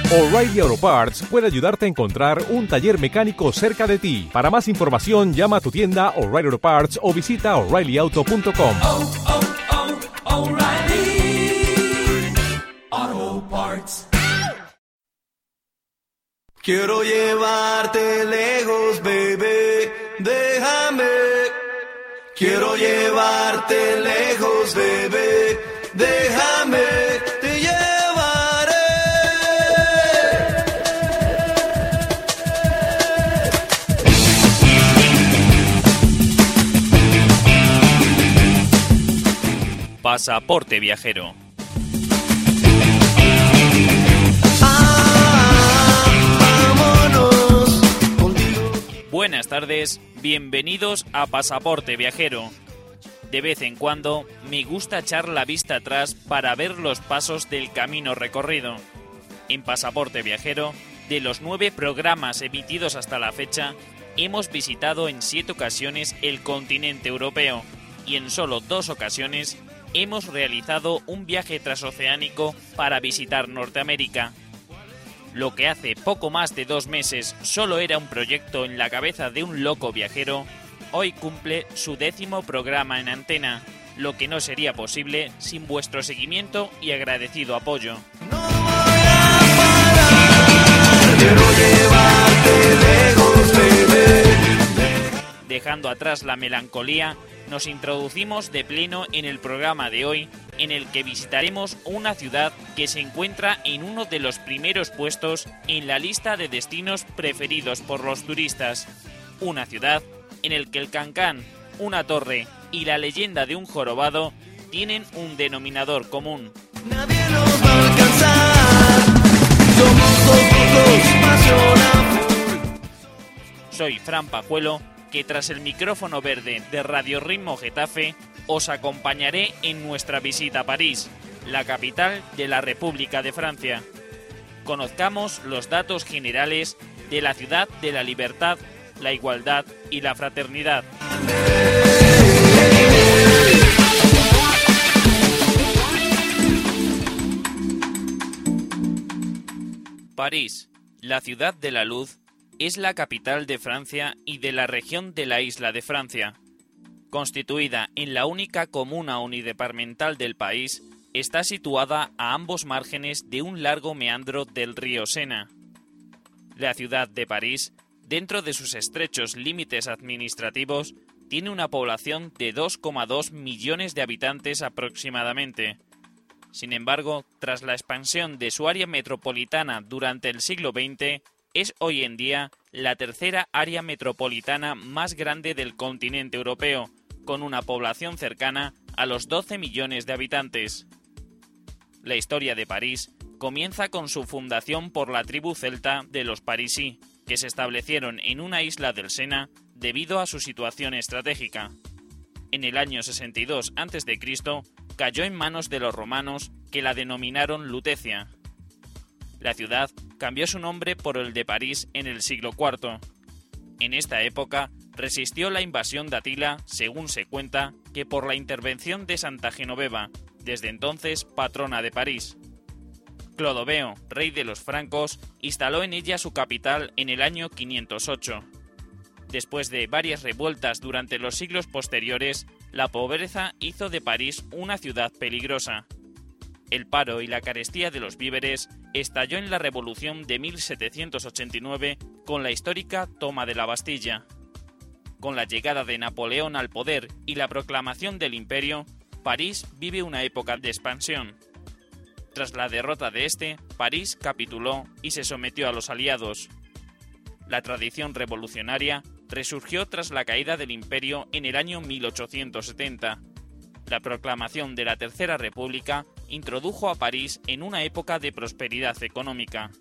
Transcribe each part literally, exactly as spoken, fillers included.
O'Reilly Auto Parts puede ayudarte a encontrar un taller mecánico cerca de ti. Para más información, llama a tu tienda O'Reilly Auto Parts o visita O'Reilly Auto punto com. Oh, oh, oh, O'Reilly Auto Parts. Quiero llevarte lejos, baby, déjame. Quiero llevarte lejos, baby, déjame. Te llevaré. Pasaporte viajero. Buenas tardes, bienvenidos a Pasaporte Viajero. De vez en cuando me gusta echar la vista atrás para ver los pasos del camino recorrido. En Pasaporte Viajero, de los nueve programas emitidos hasta la fecha, hemos visitado en siete ocasiones el continente europeo y en solo dos ocasiones hemos realizado un viaje transoceánico para visitar Norteamérica. Lo que hace poco más de dos meses solo era un proyecto en la cabeza de un loco viajero, hoy cumple su décimo programa en antena, lo que no sería posible sin vuestro seguimiento y agradecido apoyo. No voy a parar, quiero llevarte lejos, baby. Dejando atrás la melancolía, nos introducimos de pleno en el programa de hoy, en el que visitaremos una ciudad que se encuentra en uno de los primeros puestos en la lista de destinos preferidos por los turistas. Una ciudad en el que el cancán, una torre y la leyenda de un jorobado tienen un denominador común. Nadie nos va a alcanzar. Somos dos locos, pasión a full. Soy Fran Pajuelo, que tras el micrófono verde de Radio Ritmo Getafe os acompañaré en nuestra visita a París, la capital de la República de Francia. Conozcamos los datos generales de la ciudad de la libertad, la igualdad y la fraternidad. París, la ciudad de la luz, es la capital de Francia y de la región de la Isla de Francia. Constituida en la única comuna unidepartamental del país, está situada a ambos márgenes de un largo meandro del río Sena. La ciudad de París, dentro de sus estrechos límites administrativos, tiene una población de dos coma dos millones de habitantes aproximadamente. Sin embargo, tras la expansión de su área metropolitana durante el siglo veinte, es hoy en día la tercera área metropolitana más grande del continente europeo, con una población cercana a los doce millones de habitantes. La historia de París comienza con su fundación por la tribu celta de los parisí, que se establecieron en una isla del Sena debido a su situación estratégica. En el año sesenta y dos antes de Cristo cayó en manos de los romanos, que la denominaron Lutecia. La ciudad cambió su nombre por el de París en el siglo cuarto. En esta época resistió la invasión de Atila, según se cuenta, que por la intervención de Santa Genoveva, desde entonces patrona de París. Clodoveo, rey de los francos, instaló en ella su capital en el año quinientos ocho. Después de varias revueltas durante los siglos posteriores, la pobreza hizo de París una ciudad peligrosa. El paro y la carestía de los víveres estalló en la Revolución de mil setecientos ochenta y nueve con la histórica toma de la Bastilla. Con la llegada de Napoleón al poder y la proclamación del imperio, París vive una época de expansión. Tras la derrota de este, París capituló y se sometió a los aliados. La tradición revolucionaria resurgió tras la caída del imperio en el año mil ochocientos setenta. La proclamación de la Tercera República introdujo a París en una época de prosperidad económica.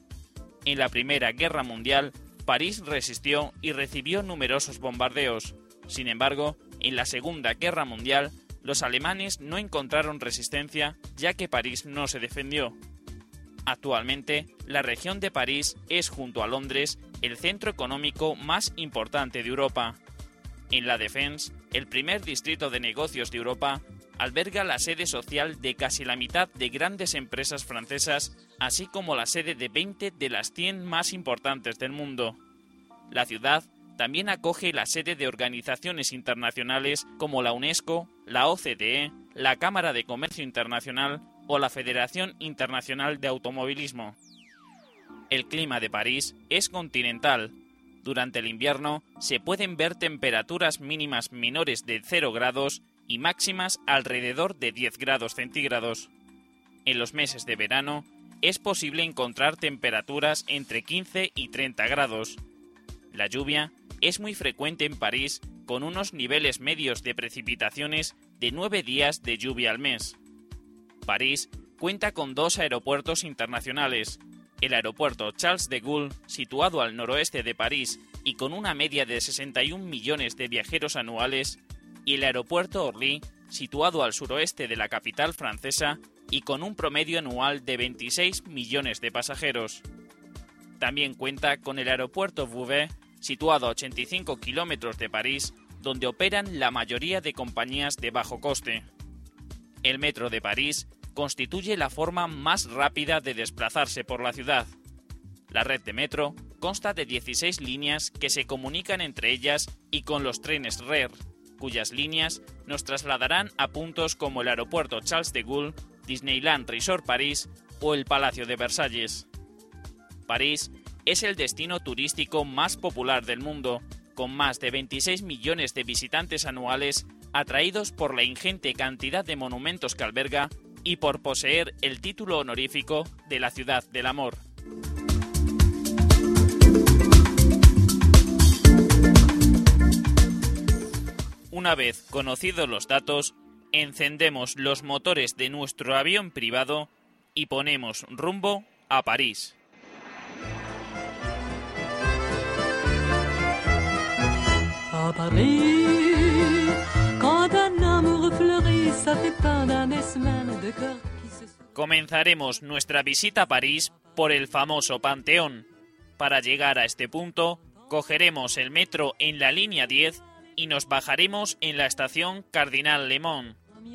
En la Primera Guerra Mundial, París resistió y recibió numerosos bombardeos. Sin embargo, en la Segunda Guerra Mundial, los alemanes no encontraron resistencia, ya que París no se defendió. Actualmente, la región de París es, junto a Londres, el centro económico más importante de Europa. En la Défense, el primer distrito de negocios de Europa, alberga la sede social de casi la mitad de grandes empresas francesas, así como la sede de veinte de las cien más importantes del mundo. La ciudad también acoge la sede de organizaciones internacionales como la UNESCO, la O C D E, la Cámara de Comercio Internacional o la Federación Internacional de Automovilismo. El clima de París es continental. Durante el invierno se pueden ver temperaturas mínimas menores de cero grados y máximas alrededor de diez grados centígrados. En los meses de verano es posible encontrar temperaturas entre quince y treinta grados. La lluvia es muy frecuente en París, con unos niveles medios de precipitaciones de nueve días de lluvia al mes. París cuenta con dos aeropuertos internacionales: el aeropuerto Charles de Gaulle, situado al noroeste de París y con una media de sesenta y un millones de viajeros anuales, y el aeropuerto Orly, situado al suroeste de la capital francesa y con un promedio anual de veintiséis millones de pasajeros. También cuenta con el aeropuerto Beauvais, situado a ochenta y cinco kilómetros de París, donde operan la mayoría de compañías de bajo coste. El metro de París constituye la forma más rápida de desplazarse por la ciudad. La red de metro consta de dieciséis líneas que se comunican entre ellas y con los trenes R E R, cuyas líneas nos trasladarán a puntos como el aeropuerto Charles de Gaulle, Disneyland Resort París o el Palacio de Versalles. París es el destino turístico más popular del mundo, con más de veintiséis millones de visitantes anuales atraídos por la ingente cantidad de monumentos que alberga y por poseer el título honorífico de la ciudad del amor. Una vez conocidos los datos, encendemos los motores de nuestro avión privado y ponemos rumbo a París. À Paris, quand un amour fleurit, ça fait pendant des semaines de cœur qui se... Comenzaremos nuestra visita a París por el famoso Panteón. Para llegar a este punto, cogeremos el metro en la línea diez y nos bajaremos en la estación Cardinal Lemon.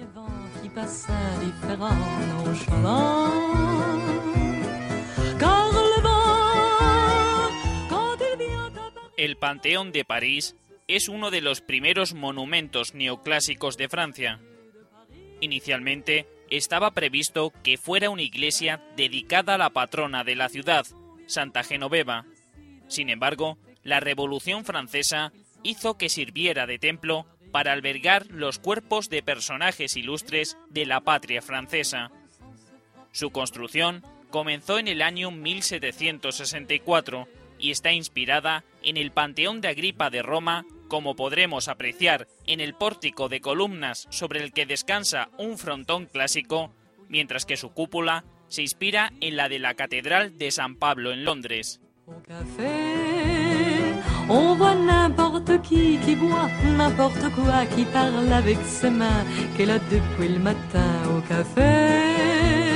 El Panteón de París es uno de los primeros monumentos neoclásicos de Francia. Inicialmente estaba previsto que fuera una iglesia dedicada a la patrona de la ciudad, Santa Genoveva. Sin embargo, la Revolución Francesa hizo que sirviera de templo para albergar los cuerpos de personajes ilustres de la patria francesa. Su construcción comenzó en el año mil setecientos sesenta y cuatro y está inspirada en el Panteón de Agripa de Roma, como podremos apreciar en el pórtico de columnas sobre el que descansa un frontón clásico, mientras que su cúpula se inspira en la de la Catedral de San Pablo en Londres. Au café, on voit n'importe qui qui boit n'importe quoi, qui parle avec ses mains, qu'elle a depuis le matin au café.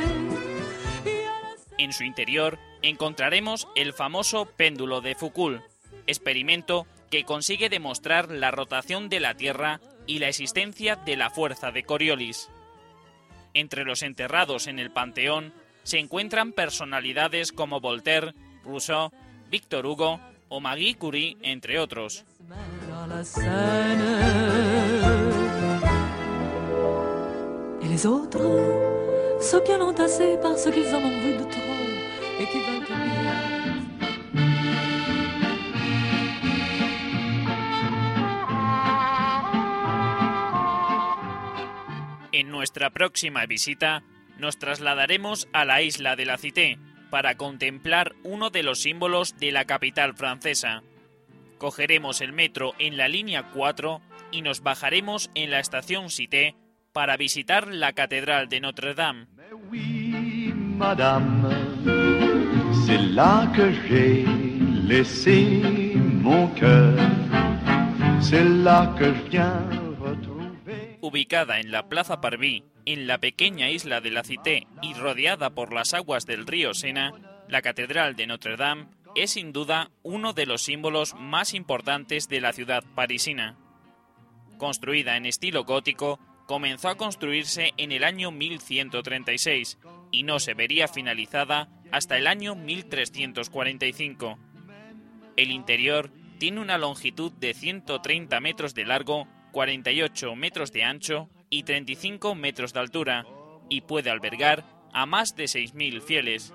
En su interior encontraremos el famoso péndulo de Foucault, experimento que consigue demostrar la rotación de la Tierra y la existencia de la fuerza de Coriolis. Entre los enterrados en el Panteón se encuentran personalidades como Voltaire, Rousseau, Victor Hugo o Marie Curie, entre otros. Et les autres, ceux qui en ont assez parce qu'ils en ont vu de trop et qui veulent oublier. En nuestra próxima visita nos trasladaremos a la isla de la Cité para contemplar uno de los símbolos de la capital francesa. Cogeremos el metro en la línea cuatro y nos bajaremos en la estación Cité para visitar la Catedral de Notre-Dame. Mais oui, madame, c'est là que j'ai laissé mon cœur. C'est là que je viens retrouver. Ubicada en la Plaza Parvis, en la pequeña isla de la Cité y rodeada por las aguas del río Sena, la Catedral de Notre-Dame es sin duda uno de los símbolos más importantes de la ciudad parisina. Construida en estilo gótico, comenzó a construirse en el año mil ciento treinta y seis y no se vería finalizada hasta el año mil trescientos cuarenta y cinco. El interior tiene una longitud de ciento treinta metros de largo, cuarenta y ocho metros de ancho y treinta y cinco metros de altura, y puede albergar a más de seis mil fieles.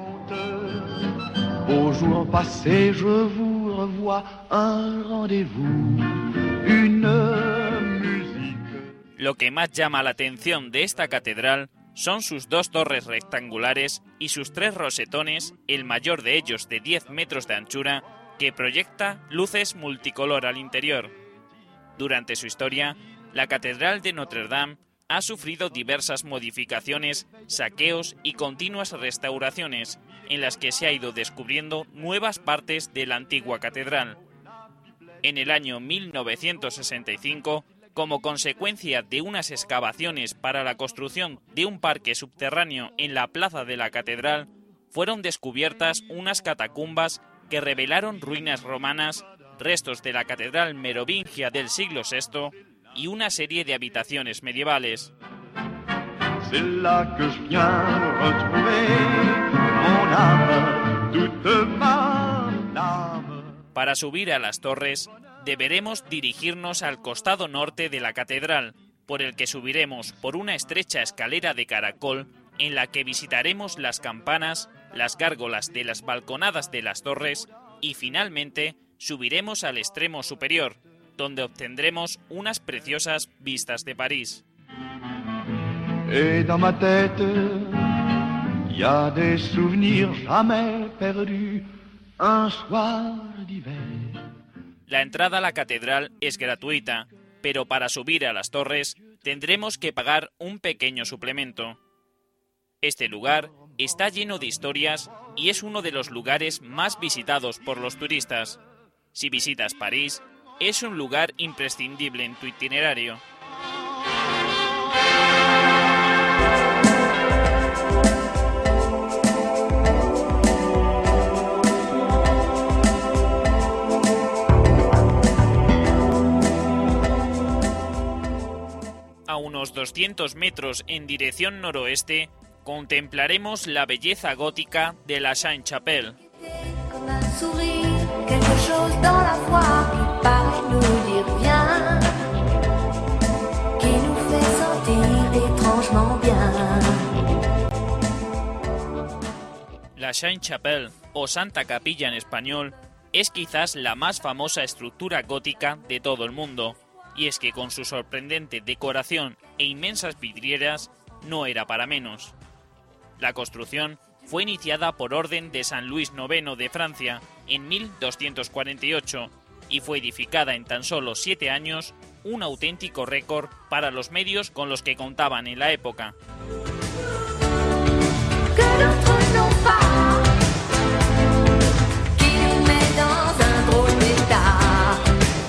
Au jour passé, je vous revois un rendez-vous, une musique. Lo que más llama la atención de esta catedral son sus dos torres rectangulares y sus tres rosetones, el mayor de ellos de diez metros de anchura, que proyecta luces multicolor al interior. Durante su historia, la Catedral de Notre Dame ha sufrido diversas modificaciones, saqueos y continuas restauraciones, en las que se ha ido descubriendo nuevas partes de la antigua catedral. En el año mil novecientos sesenta y cinco, como consecuencia de unas excavaciones para la construcción de un parque subterráneo en la plaza de la catedral, fueron descubiertas unas catacumbas que revelaron ruinas romanas, restos de la catedral merovingia del siglo sexto y una serie de habitaciones medievales. C'est là que je viens retrouver mon âme, toute ma âme. Para subir a las torres, deberemos dirigirnos al costado norte de la catedral, por el que subiremos por una estrecha escalera de caracol en la que visitaremos las campanas, las gárgolas de las balconadas de las torres y finalmente subiremos al extremo superior, donde obtendremos unas preciosas vistas de París. Et dans ma tête, y a des souvenirs jamais perdus, un soir d'hiver. La entrada a la catedral es gratuita, pero para subir a las torres tendremos que pagar un pequeño suplemento. Este lugar está lleno de historias y es uno de los lugares más visitados por los turistas. Si visitas París, es un lugar imprescindible en tu itinerario. A unos doscientos metros en dirección noroeste, contemplaremos la belleza gótica de la Sainte-Chapelle. Comme un sourire, quelque chose dans la voix qui paraît nous dire bien, qui nous fait sentir étrangement bien. La Sainte-Chapelle, o Santa Capilla en español, es quizás la más famosa estructura gótica de todo el mundo, y es que con su sorprendente decoración e inmensas vidrieras no era para menos. La construcción fue iniciada por orden de San Luis noveno de Francia en mil doscientos cuarenta y ocho y fue edificada en tan solo siete años, un auténtico récord para los medios con los que contaban en la época. Que d'autres n'ont pas, qui nous met dans un drôle d'état.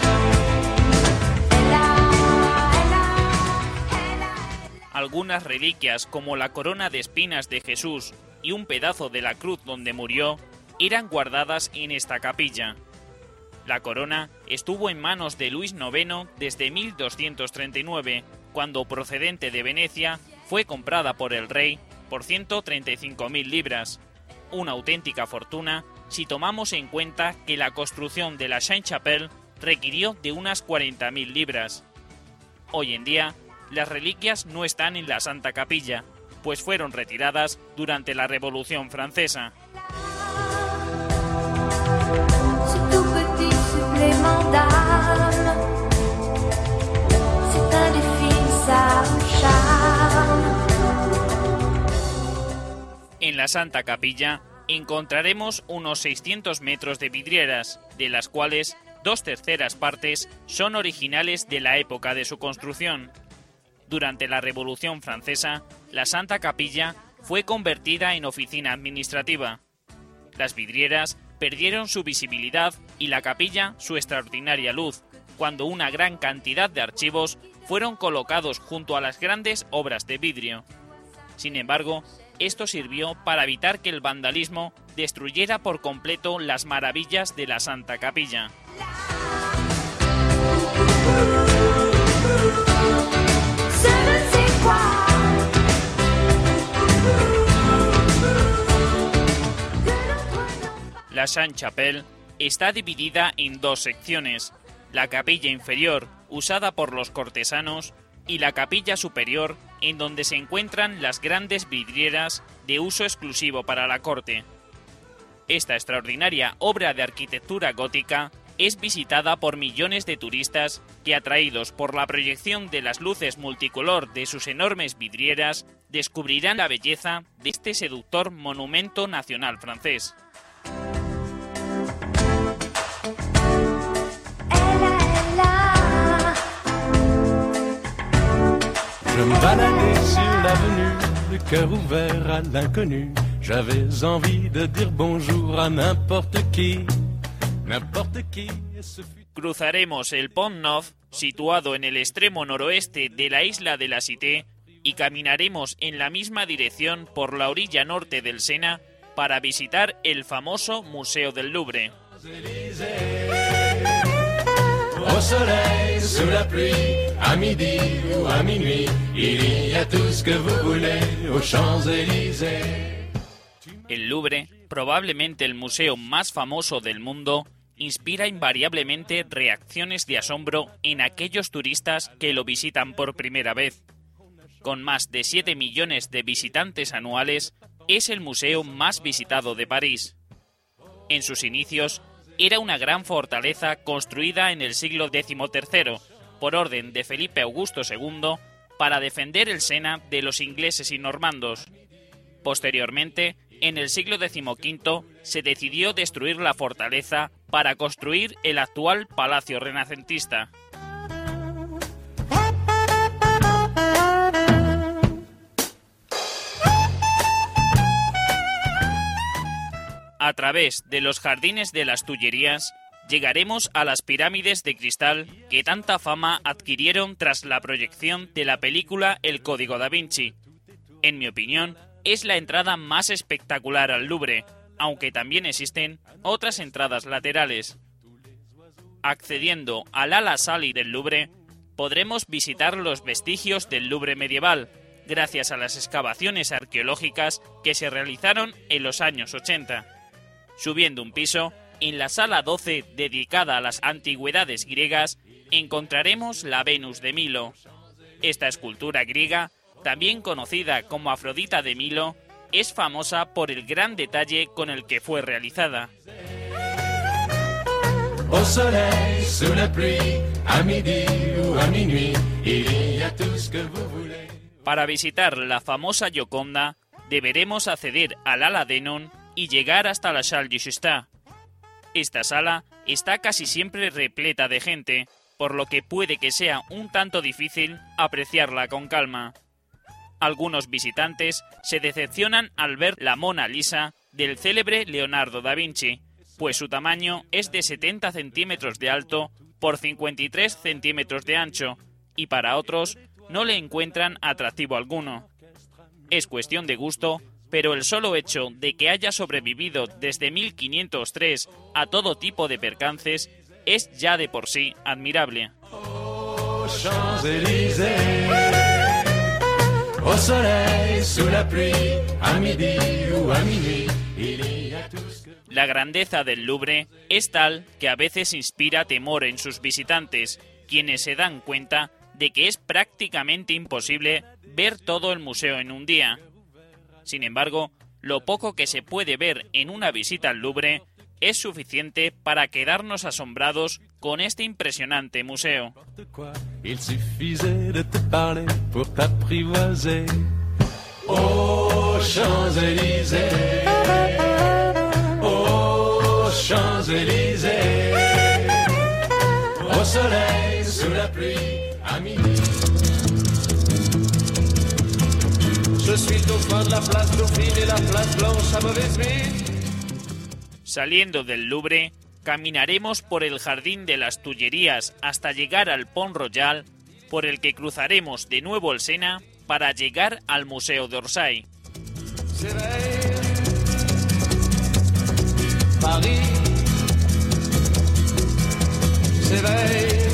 Elle a, elle a, elle a. Algunas reliquias como la corona de espinas de Jesús y un pedazo de la cruz donde murió eran guardadas en esta capilla. La corona estuvo en manos de Luis noveno desde mil doscientos treinta y nueve, cuando procedente de Venecia fue comprada por el rey por ciento treinta y cinco mil libras, una auténtica fortuna si tomamos en cuenta que la construcción de la Sainte-Chapelle requirió de unas cuarenta mil libras. Hoy en día, las reliquias no están en la Santa Capilla, pues fueron retiradas durante la Revolución Francesa. Ce tout petit supplément d'âme, c'est indéfinissable charme. En la Santa Capilla encontraremos unos seiscientos metros de vidrieras, de las cuales dos terceras partes son originales de la época de su construcción. Durante la Revolución Francesa, la Santa Capilla fue convertida en oficina administrativa. Las vidrieras perdieron su visibilidad y la capilla su extraordinaria luz, cuando una gran cantidad de archivos fueron colocados junto a las grandes obras de vidrio. Sin embargo, esto sirvió para evitar que el vandalismo destruyera por completo las maravillas de la Santa Capilla. C'est La Sainte-Chapelle está dividida en dos secciones, la capilla inferior, usada por los cortesanos, y la capilla superior, en donde se encuentran las grandes vidrieras de uso exclusivo para la corte. Esta extraordinaria obra de arquitectura gótica es visitada por millones de turistas que, atraídos por la proyección de las luces multicolor de sus enormes vidrieras, descubrirán la belleza de este seductor monumento nacional francés. Je me baladais sur l'avenue, le cœur ouvert à l'inconnu. J'avais envie de dire bonjour à n'importe qui, n'importe qui. Cruzaremos el Pont Neuf, situado en el extremo noroeste de la isla de la Cité, y caminaremos en la misma dirección por la orilla norte del Sena para visitar el famoso Museo del Louvre. Au soleil, sous la pluie, à midi ou à minuit, il y a tout ce que vous voulez aux Champs-Élysées. El Louvre, probablemente el museo más famoso del mundo, inspira invariablemente reacciones de asombro en aquellos turistas que lo visitan por primera vez. Con más de siete millones de visitantes anuales, es el museo más visitado de París. En sus inicios, era una gran fortaleza construida en el siglo decimotercero, por orden de Felipe Augusto segundo, para defender el Sena de los ingleses y normandos. Posteriormente, en el siglo decimoquinto, se decidió destruir la fortaleza para construir el actual palacio renacentista. A través de los jardines de las Tullerías, llegaremos a las pirámides de cristal que tanta fama adquirieron tras la proyección de la película El Código da Vinci. En mi opinión, es la entrada más espectacular al Louvre, aunque también existen otras entradas laterales. Accediendo al ala Sali del Louvre, podremos visitar los vestigios del Louvre medieval, gracias a las excavaciones arqueológicas que se realizaron en los años ochenta. Subiendo un piso, en la sala doce dedicada a las antigüedades griegas, encontraremos la Venus de Milo. Esta escultura griega, también conocida como Afrodita de Milo, es famosa por el gran detalle con el que fue realizada. Au soleil, sous la pluie, à midi ou à minuit, il y a tout ce que vous voulez. Para visitar la famosa Gioconda, deberemos acceder al ala Denon y llegar hasta la Salle du Justin. Esta sala está casi siempre repleta de gente, por lo que puede que sea un tanto difícil apreciarla con calma. Algunos visitantes se decepcionan al ver la Mona Lisa del célebre Leonardo da Vinci, pues su tamaño es de setenta centímetros de alto por cincuenta y tres centímetros de ancho, y para otros no le encuentran atractivo alguno. Es cuestión de gusto, pero el solo hecho de que haya sobrevivido desde mil quinientos tres a todo tipo de percances es ya de por sí admirable. Aux Champs-Élysées, au soleil, sous la pluie, à midi ou à minuit, il y a tout ce que... La grandeza del Louvre es tal que a veces inspira temor en sus visitantes, quienes se dan cuenta de que es prácticamente imposible ver todo el museo en un día. Sin embargo, lo poco que se puede ver en una visita al Louvre es suficiente para quedarnos asombrados con este impresionante museo. Il suffisait de te parler pour t'apprivoiser. Aux Champs-Élysées, aux Champs-Élysées, au soleil, sous la pluie, à midi. Je suis dauphin de la place Dauphine et la place Blanche à mauvaise mine. Saliendo del Louvre, caminaremos por el Jardín de las Tullerías hasta llegar al Pont Royal, por el que cruzaremos de nuevo el Sena para llegar al Museo d'Orsay. Paris s'éveille.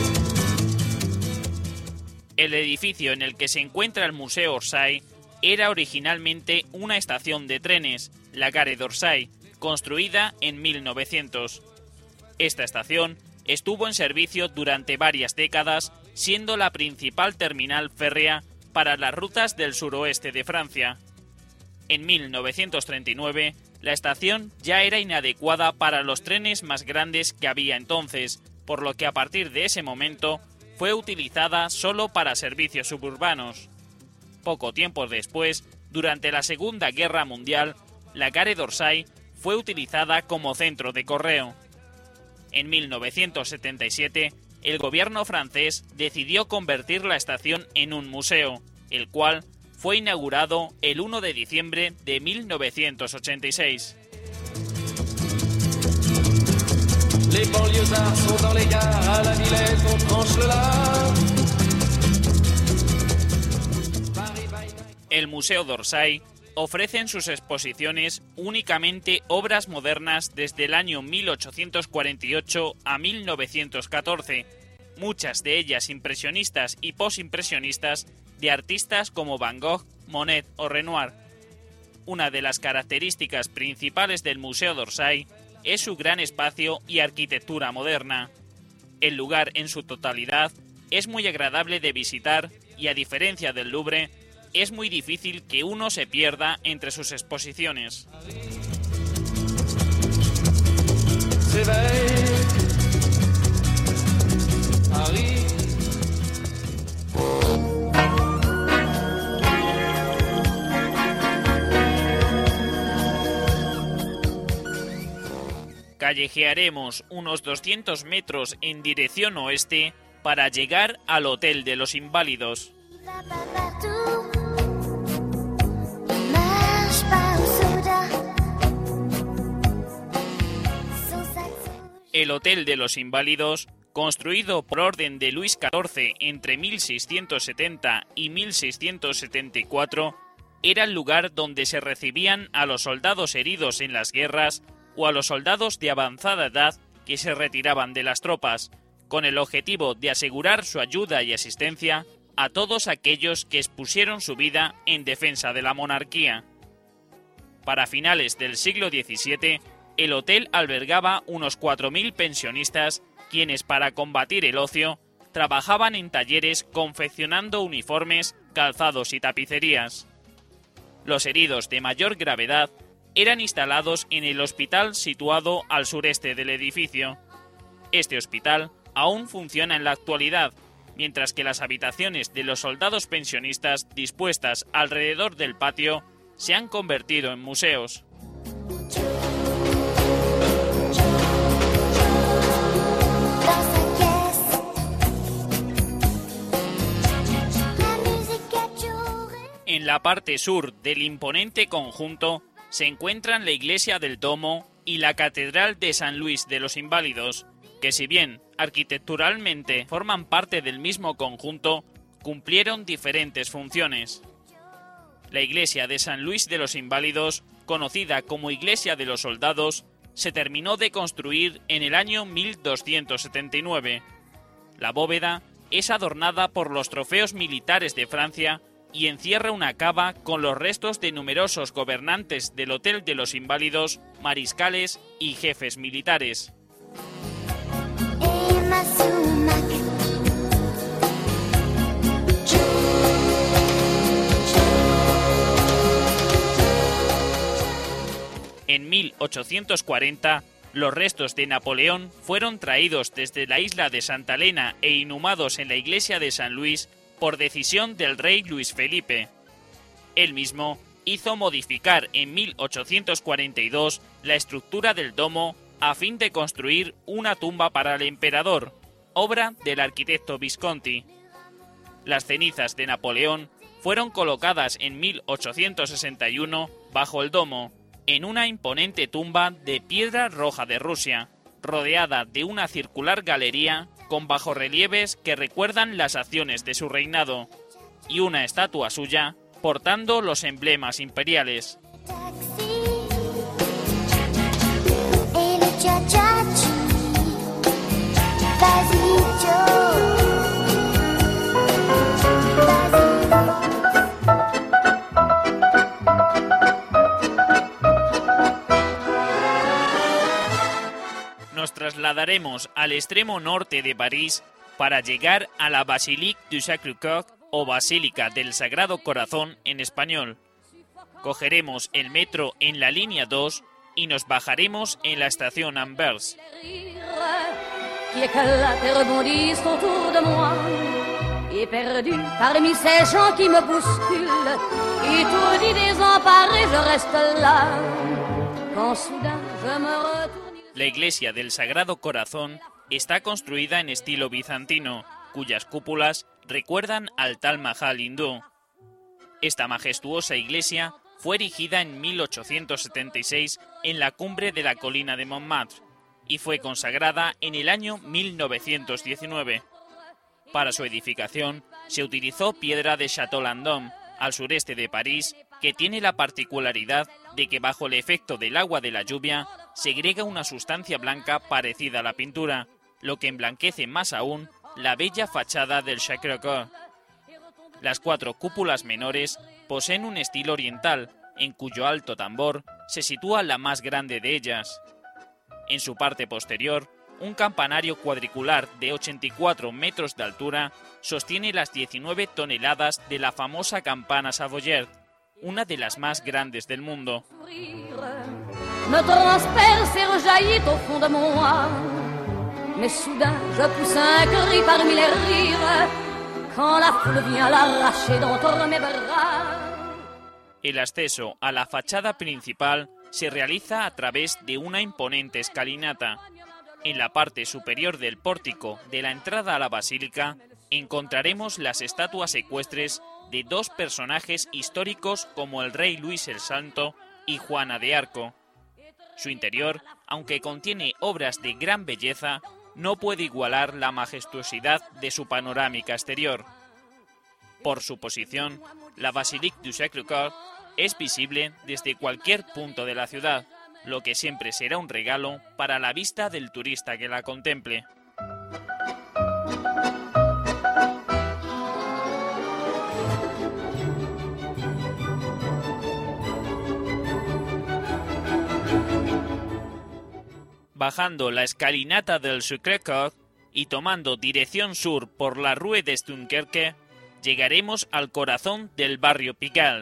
El edificio en el que se encuentra el Museo Orsay era originalmente una estación de trenes, la Gare d'Orsay, construida en mil novecientos. Esta estación estuvo en servicio durante varias décadas, siendo la principal terminal férrea para las rutas del suroeste de Francia. En mil novecientos treinta y nueve, la estación ya era inadecuada para los trenes más grandes que había entonces, por lo que a partir de ese momento fue utilizada solo para servicios suburbanos. Poco tiempo después, durante la Segunda Guerra Mundial, la Gare d'Orsay fue utilizada como centro de correo. En mil novecientos setenta y siete, el gobierno francés decidió convertir la estación en un museo, el cual fue inaugurado el uno de diciembre de mil novecientos ochenta y seis. Les banlieusards sont dans les gares, à la Villette on tranche le lard. El Museo d'Orsay ofrece en sus exposiciones únicamente obras modernas desde el año mil ochocientos cuarenta y ocho a mil novecientos catorce, muchas de ellas impresionistas y posimpresionistas de artistas como Van Gogh, Monet o Renoir. Una de las características principales del Museo d'Orsay es su gran espacio y arquitectura moderna. El lugar en su totalidad es muy agradable de visitar y, a diferencia del Louvre, es muy difícil que uno se pierda entre sus exposiciones. Callejearemos unos doscientos metros en dirección oeste para llegar al Hotel de los Inválidos. El Hotel de los Inválidos, construido por orden de Luis catorce entre mil seiscientos setenta y mil seiscientos setenta y cuatro, era el lugar donde se recibían a los soldados heridos en las guerras o a los soldados de avanzada edad que se retiraban de las tropas, con el objetivo de asegurar su ayuda y asistencia a todos aquellos que expusieron su vida en defensa de la monarquía. Para finales del siglo diecisiete, el hotel albergaba unos cuatro mil pensionistas, quienes para combatir el ocio trabajaban en talleres confeccionando uniformes, calzados y tapicerías. Los heridos de mayor gravedad eran instalados en el hospital situado al sureste del edificio. Este hospital aún funciona en la actualidad, mientras que las habitaciones de los soldados pensionistas dispuestas alrededor del patio se han convertido en museos. En la parte sur del imponente conjunto se encuentran la iglesia del Domo y la catedral de San Luis de los Inválidos, que si bien arquitecturalmente forman parte del mismo conjunto, cumplieron diferentes funciones. La iglesia de San Luis de los Inválidos, conocida como Iglesia de los Soldados, se terminó de construir en el año mil doscientos setenta y nueve. La bóveda es adornada por los trofeos militares de Francia y encierra una cava con los restos de numerosos gobernantes del Hotel de los Inválidos, mariscales y jefes militares. En mil ochocientos cuarenta, los restos de Napoleón fueron traídos desde la isla de Santa Elena e inhumados en la iglesia de San Luis por decisión del rey Luis Felipe. Él mismo hizo modificar en mil ochocientos cuarenta y dos la estructura del domo a fin de construir una tumba para el emperador, obra del arquitecto Visconti. Las cenizas de Napoleón fueron colocadas en mil ochocientos sesenta y uno bajo el domo, en una imponente tumba de piedra roja de Rusia, rodeada de una circular galería con bajorrelieves que recuerdan las acciones de su reinado, y una estatua suya portando los emblemas imperiales. nos trasladaremos al extremo norte de París para llegar a la Basilique du Sacré-Cœur o Basílica del Sagrado Corazón en español. Cogeremos el metro en la línea dos y nos bajaremos en la estación Anvers. Qui éclatent et rebondissent autour de moi, et perdu parmi ces gens qui me bousculent, étourdi, désemparé, je reste là, quand soudain je me retourne. La iglesia del Sagrado Corazón está construida en estilo bizantino, cuyas cúpulas recuerdan al Taj Mahal hindú. Esta majestuosa iglesia fue erigida en mil ochocientos setenta y seis en la cumbre de la colina de Montmartre, y fue consagrada en el año mil novecientos diecinueve. Para su edificación se utilizó piedra de Château-Landon, al sureste de París, que tiene la particularidad de que bajo el efecto del agua de la lluvia segrega una sustancia blanca parecida a la pintura, lo que emblanquece más aún la bella fachada del Sacré-Cœur. Las cuatro cúpulas menores poseen un estilo oriental, en cuyo alto tambor se sitúa la más grande de ellas. En su parte posterior, un campanario cuadricular de ochenta y cuatro metros de altura sostiene las diecinueve toneladas de la famosa campana Savoyard, una de las más grandes del mundo. Me transperce et rejaillit au fond de moi, mais soudain je pousse un cri parmi les rires, quand la foule vient l'arracher d'entre mes bras. El acceso a la fachada principal se realiza a través de una imponente escalinata. En la parte superior del pórtico de la entrada a la basílica encontraremos las estatuas ecuestres de dos personajes históricos como el rey Luis el Santo y Juana de Arco. Su interior, aunque contiene obras de gran belleza, no puede igualar la majestuosidad de su panorámica exterior. Por su posición, la Basilique du Sacré-Cœur es visible desde cualquier punto de la ciudad, lo que siempre será un regalo para la vista del turista que la contemple. Bajando la escalinata del Sacré-Cœur y tomando dirección sur por la Rue des Dunkerque, llegaremos al corazón del barrio Pigalle.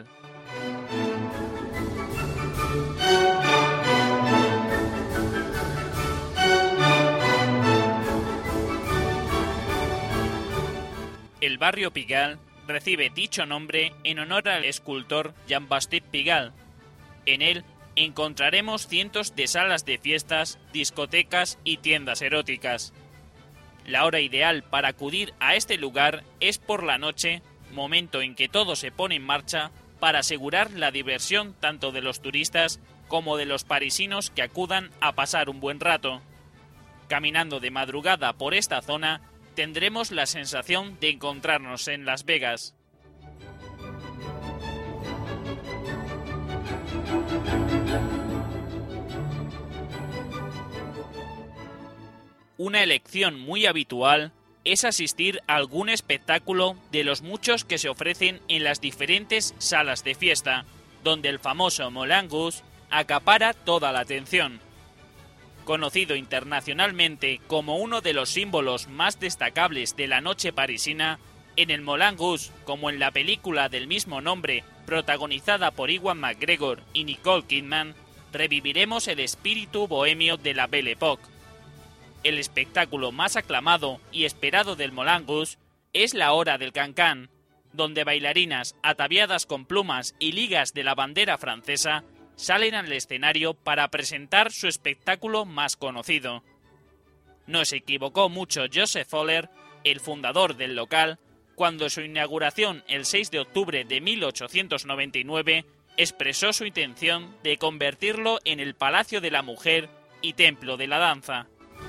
El barrio Pigalle recibe dicho nombre en honor al escultor Jean-Baptiste Pigalle. En él encontraremos cientos de salas de fiestas, discotecas y tiendas eróticas. La hora ideal para acudir a este lugar es por la noche, momento en que todo se pone en marcha para asegurar la diversión tanto de los turistas como de los parisinos que acudan a pasar un buen rato. Caminando de madrugada por esta zona, tendremos la sensación de encontrarnos en Las Vegas. Una elección muy habitual es asistir a algún espectáculo de los muchos que se ofrecen en las diferentes salas de fiesta, donde el famoso Moulin Rouge acapara toda la atención. Conocido internacionalmente como uno de los símbolos más destacables de la noche parisina, en el Moulin Rouge, como en la película del mismo nombre, protagonizada por Ewan McGregor y Nicole Kidman, reviviremos el espíritu bohemio de la Belle Époque. El espectáculo más aclamado y esperado del Moulin Rouge es la hora del cancán, donde bailarinas ataviadas con plumas y ligas de la bandera francesa salen al escenario para presentar su espectáculo más conocido. No se equivocó mucho Joseph Fowler, el fundador del local, cuando en su inauguración el seis de octubre de mil ochocientos noventa y nueve expresó su intención de convertirlo en el Palacio de la Mujer y Templo de la Danza.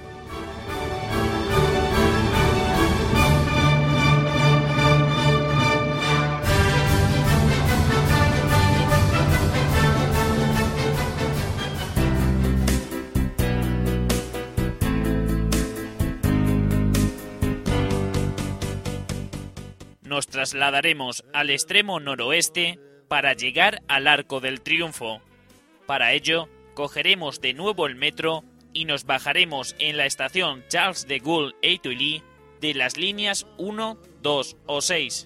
Nos trasladaremos al extremo noroeste para llegar al Arco del Triunfo. Para ello, cogeremos de nuevo el metro y nos bajaremos en la estación Charles de Gaulle Étoile de las líneas uno, dos o seis.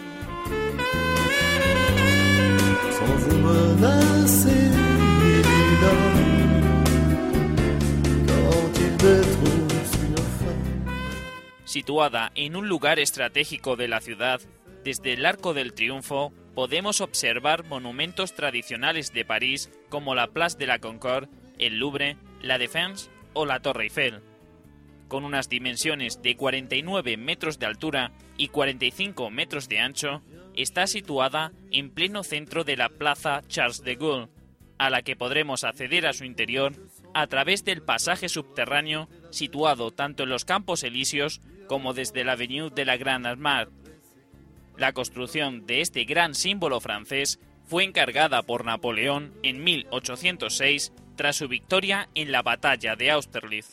Situada en un lugar estratégico de la ciudad, desde el Arco del Triunfo podemos observar monumentos tradicionales de París como la Place de la Concorde, el Louvre, la Défense o la Torre Eiffel. Con unas dimensiones de cuarenta y nueve metros de altura y cuarenta y cinco metros de ancho, está situada en pleno centro de la Plaza Charles de Gaulle, a la que podremos acceder a su interior a través del pasaje subterráneo situado tanto en los Campos Elíseos como desde la Avenue de la Grande Armée. La construcción de este gran símbolo francés fue encargada por Napoleón en mil ochocientos seis tras su victoria en la batalla de Austerlitz.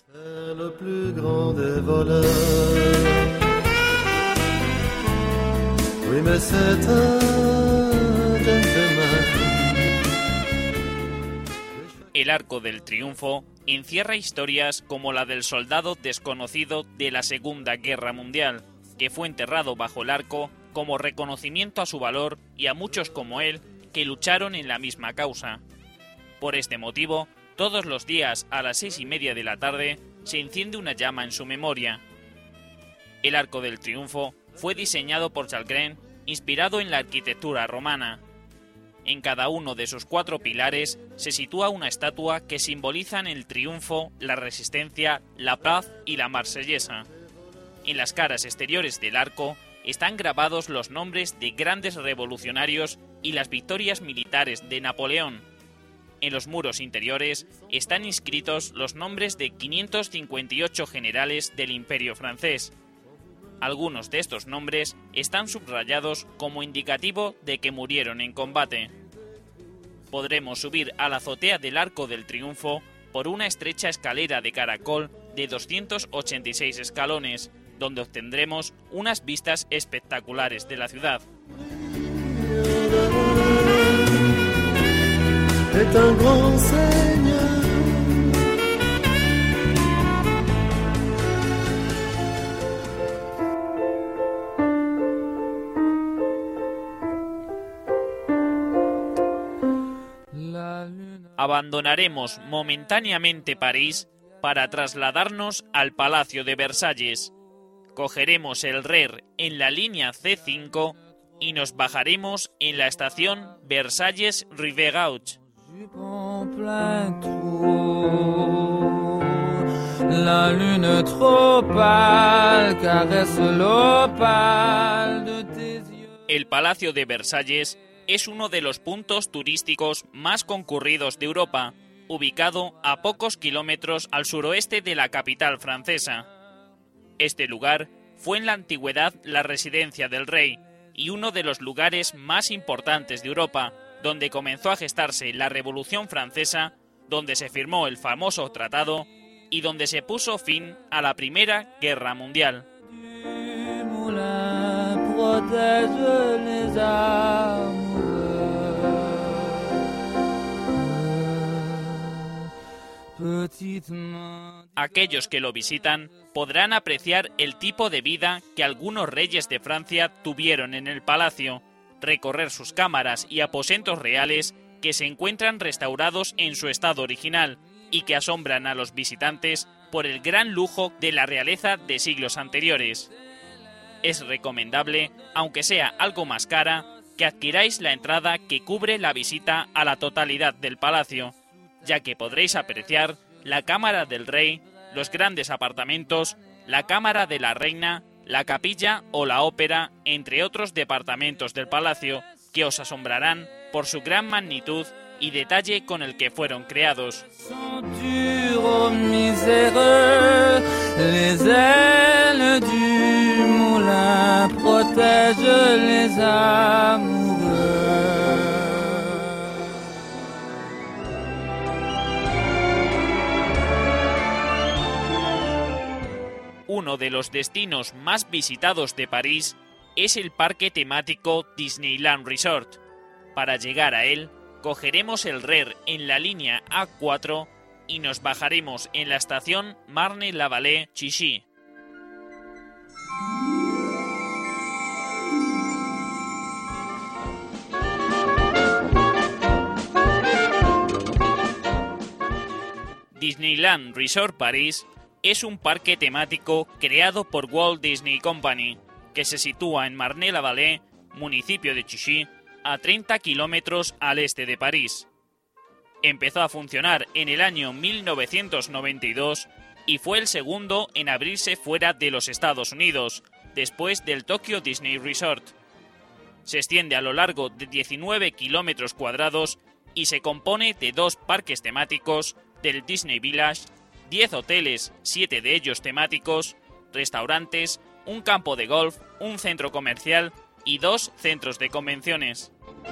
El Arco del Triunfo encierra historias como la del soldado desconocido de la Segunda Guerra Mundial, que fue enterrado bajo el arco como reconocimiento a su valor y a muchos como él que lucharon en la misma causa. Por este motivo, todos los días a las seis y media de la tarde se enciende una llama en su memoria. El Arco del Triunfo fue diseñado por Chalgrin, inspirado en la arquitectura romana. En cada uno de sus cuatro pilares se sitúa una estatua que simbolizan el triunfo, la resistencia, la paz y la marsellesa. En las caras exteriores del arco están grabados los nombres de grandes revolucionarios y las victorias militares de Napoleón. En los muros interiores están inscritos los nombres de quinientos cincuenta y ocho generales del Imperio francés. Algunos de estos nombres están subrayados como indicativo de que murieron en combate. Podremos subir a la azotea del Arco del Triunfo por una estrecha escalera de caracol de doscientos ochenta y seis escalones, donde obtendremos unas vistas espectaculares de la ciudad. Abandonaremos momentáneamente París para trasladarnos al Palacio de Versalles. Cogeremos el R E R en la línea C cinco y nos bajaremos en la estación Versalles-Rive-Gauche. La lune trop pâle caresse l'opale de tes yeux. El Palacio de Versalles es uno de los puntos turísticos más concurridos de Europa, ubicado a pocos kilómetros al suroeste de la capital francesa. Este lugar fue en la antigüedad la residencia del rey y uno de los lugares más importantes de Europa, donde comenzó a gestarse la Revolución Francesa, donde se firmó el famoso tratado y donde se puso fin a la Primera Guerra Mundial. Aquellos que lo visitan podrán apreciar el tipo de vida que algunos reyes de Francia tuvieron en el palacio, recorrer sus cámaras y aposentos reales que se encuentran restaurados en su estado original y que asombran a los visitantes por el gran lujo de la realeza de siglos anteriores. Es recomendable, aunque sea algo más cara, que adquiráis la entrada que cubre la visita a la totalidad del palacio, ya que podréis apreciar la cámara del rey, los grandes apartamentos, la cámara de la reina, la capilla o la ópera, entre otros departamentos del palacio, que os asombrarán por su gran magnitud y detalle con el que fueron creados. Uno de los destinos más visitados de París es el parque temático Disneyland Resort. Para llegar a él, cogeremos el R E R en la línea A cuatro y nos bajaremos en la estación Marne-la-Vallée-Clichy. Disneyland Resort Paris es un parque temático creado por Walt Disney Company, que se sitúa en Marne-la-Vallée, municipio de Clichy, a treinta kilómetros al este de París. Empezó a funcionar en el año mil novecientos noventa y dos y fue el segundo en abrirse fuera de los Estados Unidos, después del Tokyo Disney Resort. Se extiende a lo largo de diecinueve kilómetros cuadrados y se compone de dos parques temáticos del Disney Village, diez hoteles, siete de ellos temáticos, restaurantes, un campo de golf, un centro comercial y dos centros de convenciones.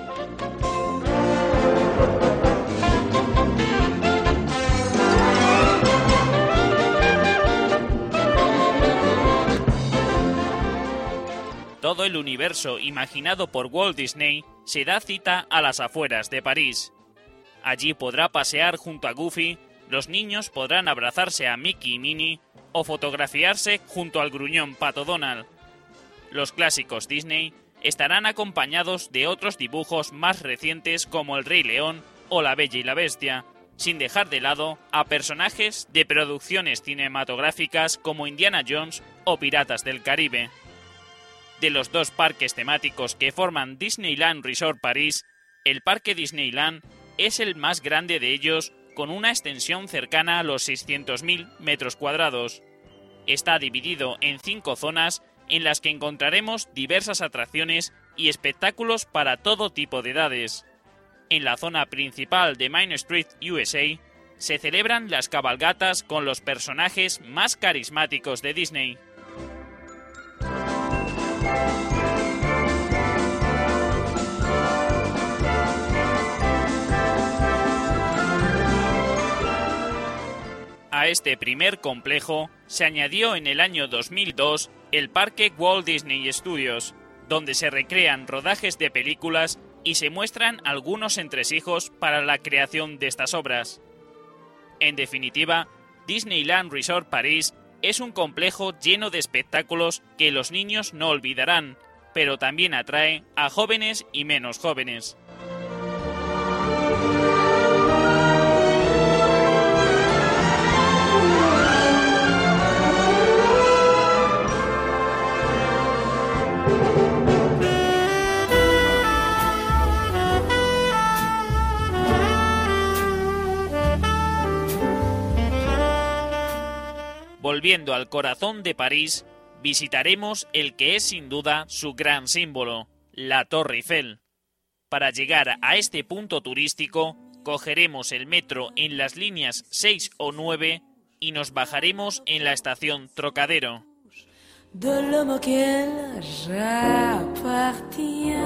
Todo el universo imaginado por Walt Disney se da cita a las afueras de París. Allí podrá pasear junto a Goofy, los niños podrán abrazarse a Mickey y Minnie o fotografiarse junto al gruñón Pato Donald. Los clásicos Disney estarán acompañados de otros dibujos más recientes como El Rey León o La Bella y la Bestia, sin dejar de lado a personajes de producciones cinematográficas como Indiana Jones o Piratas del Caribe. De los dos parques temáticos que forman Disneyland Resort Paris, el Parque Disneyland es el más grande de ellos, con una extensión cercana a los seiscientos mil metros cuadrados. Está dividido en cinco zonas en las que encontraremos diversas atracciones y espectáculos para todo tipo de edades. En la zona principal de Main Street, U S A, se celebran las cabalgatas con los personajes más carismáticos de Disney. A este primer complejo se añadió en el año dos mil dos el Parque Walt Disney Studios, donde se recrean rodajes de películas y se muestran algunos entresijos para la creación de estas obras. En definitiva, Disneyland Resort Paris es un complejo lleno de espectáculos que los niños no olvidarán, pero también atrae a jóvenes y menos jóvenes. Volviendo al corazón de París, visitaremos el que es sin duda su gran símbolo, la Torre Eiffel. Para llegar a este punto turístico, cogeremos el metro en las líneas seis o nueve y nos bajaremos en la estación Trocadero. De l'homme auquel j'appartiens.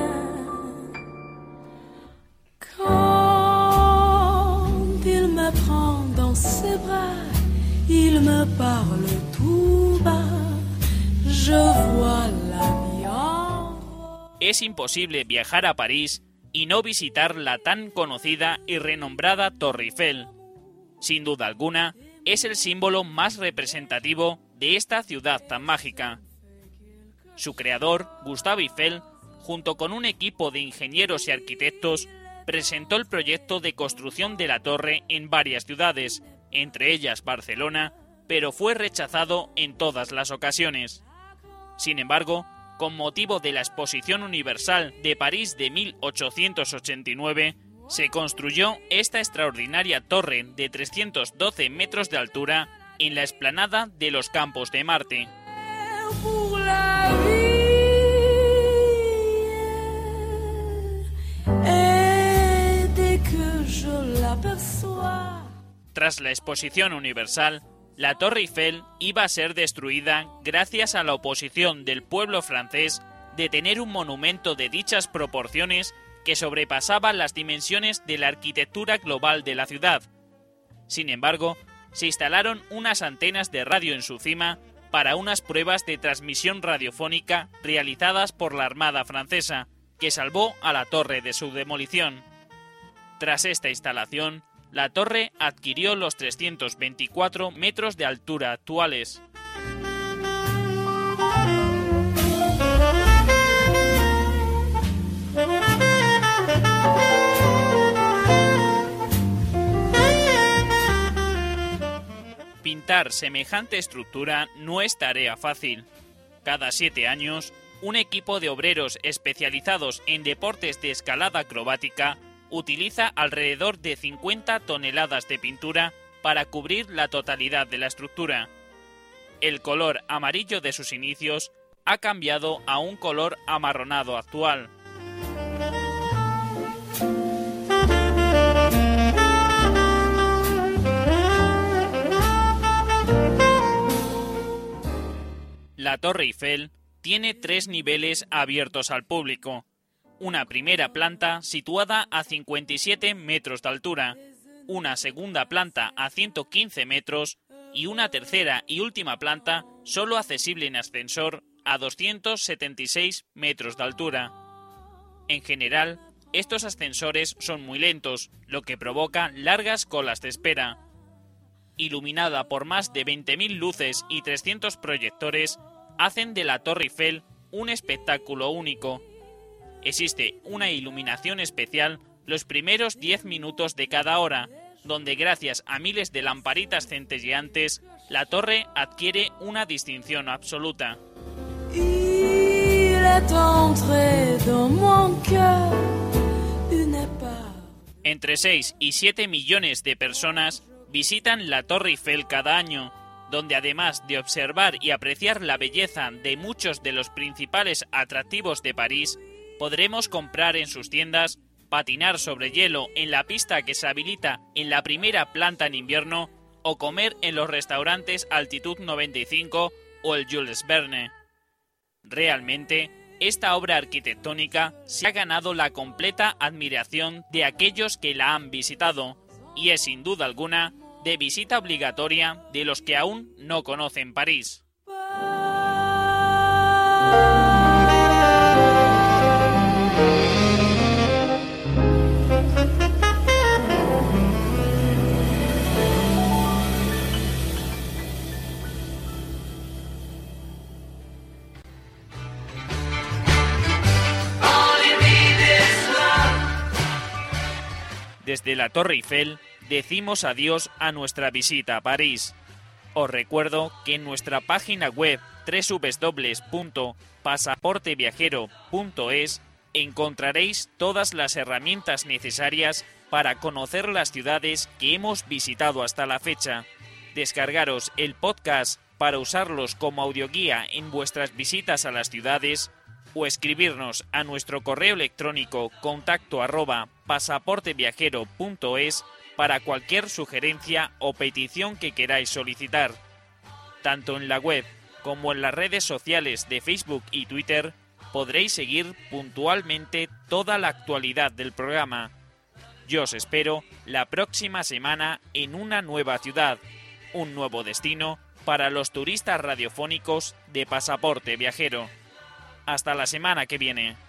Quand il me prend dans ses bras, il me parle tout bas, je vois la vie en rose. Es imposible viajar a París y no visitar la tan conocida y renombrada Torre Eiffel. Sin duda alguna, es el símbolo más representativo de esta ciudad tan mágica. Su creador, Gustave Eiffel, junto con un equipo de ingenieros y arquitectos, presentó el proyecto de construcción de la torre en varias ciudades, entre ellas Barcelona, pero fue rechazado en todas las ocasiones. Sin embargo, con motivo de la Exposición Universal de París de mil ochocientos ochenta y nueve, se construyó esta extraordinaria torre de trescientos doce metros de altura en la explanada de los Campos de Marte. Tras la Exposición Universal, la Torre Eiffel iba a ser destruida gracias a la oposición del pueblo francés de tener un monumento de dichas proporciones que sobrepasaba las dimensiones de la arquitectura global de la ciudad. Sin embargo, se instalaron unas antenas de radio en su cima para unas pruebas de transmisión radiofónica realizadas por la Armada francesa, que salvó a la torre de su demolición. Tras esta instalación, la torre adquirió los trescientos veinticuatro metros de altura actuales. Pintar semejante estructura no es tarea fácil. Cada siete años, un equipo de obreros especializados en deportes de escalada acrobática utiliza alrededor de cincuenta toneladas de pintura para cubrir la totalidad de la estructura. El color amarillo de sus inicios ha cambiado a un color amarronado actual. La Torre Eiffel tiene tres niveles abiertos al público. Una primera planta situada a cincuenta y siete metros de altura, una segunda planta a ciento quince metros y una tercera y última planta solo accesible en ascensor a doscientos setenta y seis metros de altura. En general, estos ascensores son muy lentos, lo que provoca largas colas de espera. Iluminada por más de veinte mil luces y trescientos proyectores, hacen de la Torre Eiffel un espectáculo único. Existe una iluminación especial los primeros diez minutos de cada hora, donde gracias a miles de lamparitas centelleantes, la torre adquiere una distinción absoluta. Entre seis y siete millones de personas visitan la Torre Eiffel cada año, donde además de observar y apreciar la belleza de muchos de los principales atractivos de París, podremos comprar en sus tiendas, patinar sobre hielo en la pista que se habilita en la primera planta en invierno o comer en los restaurantes Altitud noventa y cinco o el Jules Verne. Realmente, esta obra arquitectónica se ha ganado la completa admiración de aquellos que la han visitado y es sin duda alguna de visita obligatoria de los que aún no conocen París. Desde la Torre Eiffel decimos adiós a nuestra visita a París. Os recuerdo que en nuestra página web doble u doble u doble u punto pasaporte viajero punto es encontraréis todas las herramientas necesarias para conocer las ciudades que hemos visitado hasta la fecha. Descargaros el podcast para usarlos como audioguía en vuestras visitas a las ciudades o escribirnos a nuestro correo electrónico contacto arroba pasaporteviajero punto es para cualquier sugerencia o petición que queráis solicitar. Tanto en la web como en las redes sociales de Facebook y Twitter podréis seguir puntualmente toda la actualidad del programa. Yo os espero la próxima semana en una nueva ciudad, un nuevo destino para los turistas radiofónicos de Pasaporte Viajero. Hasta la semana que viene.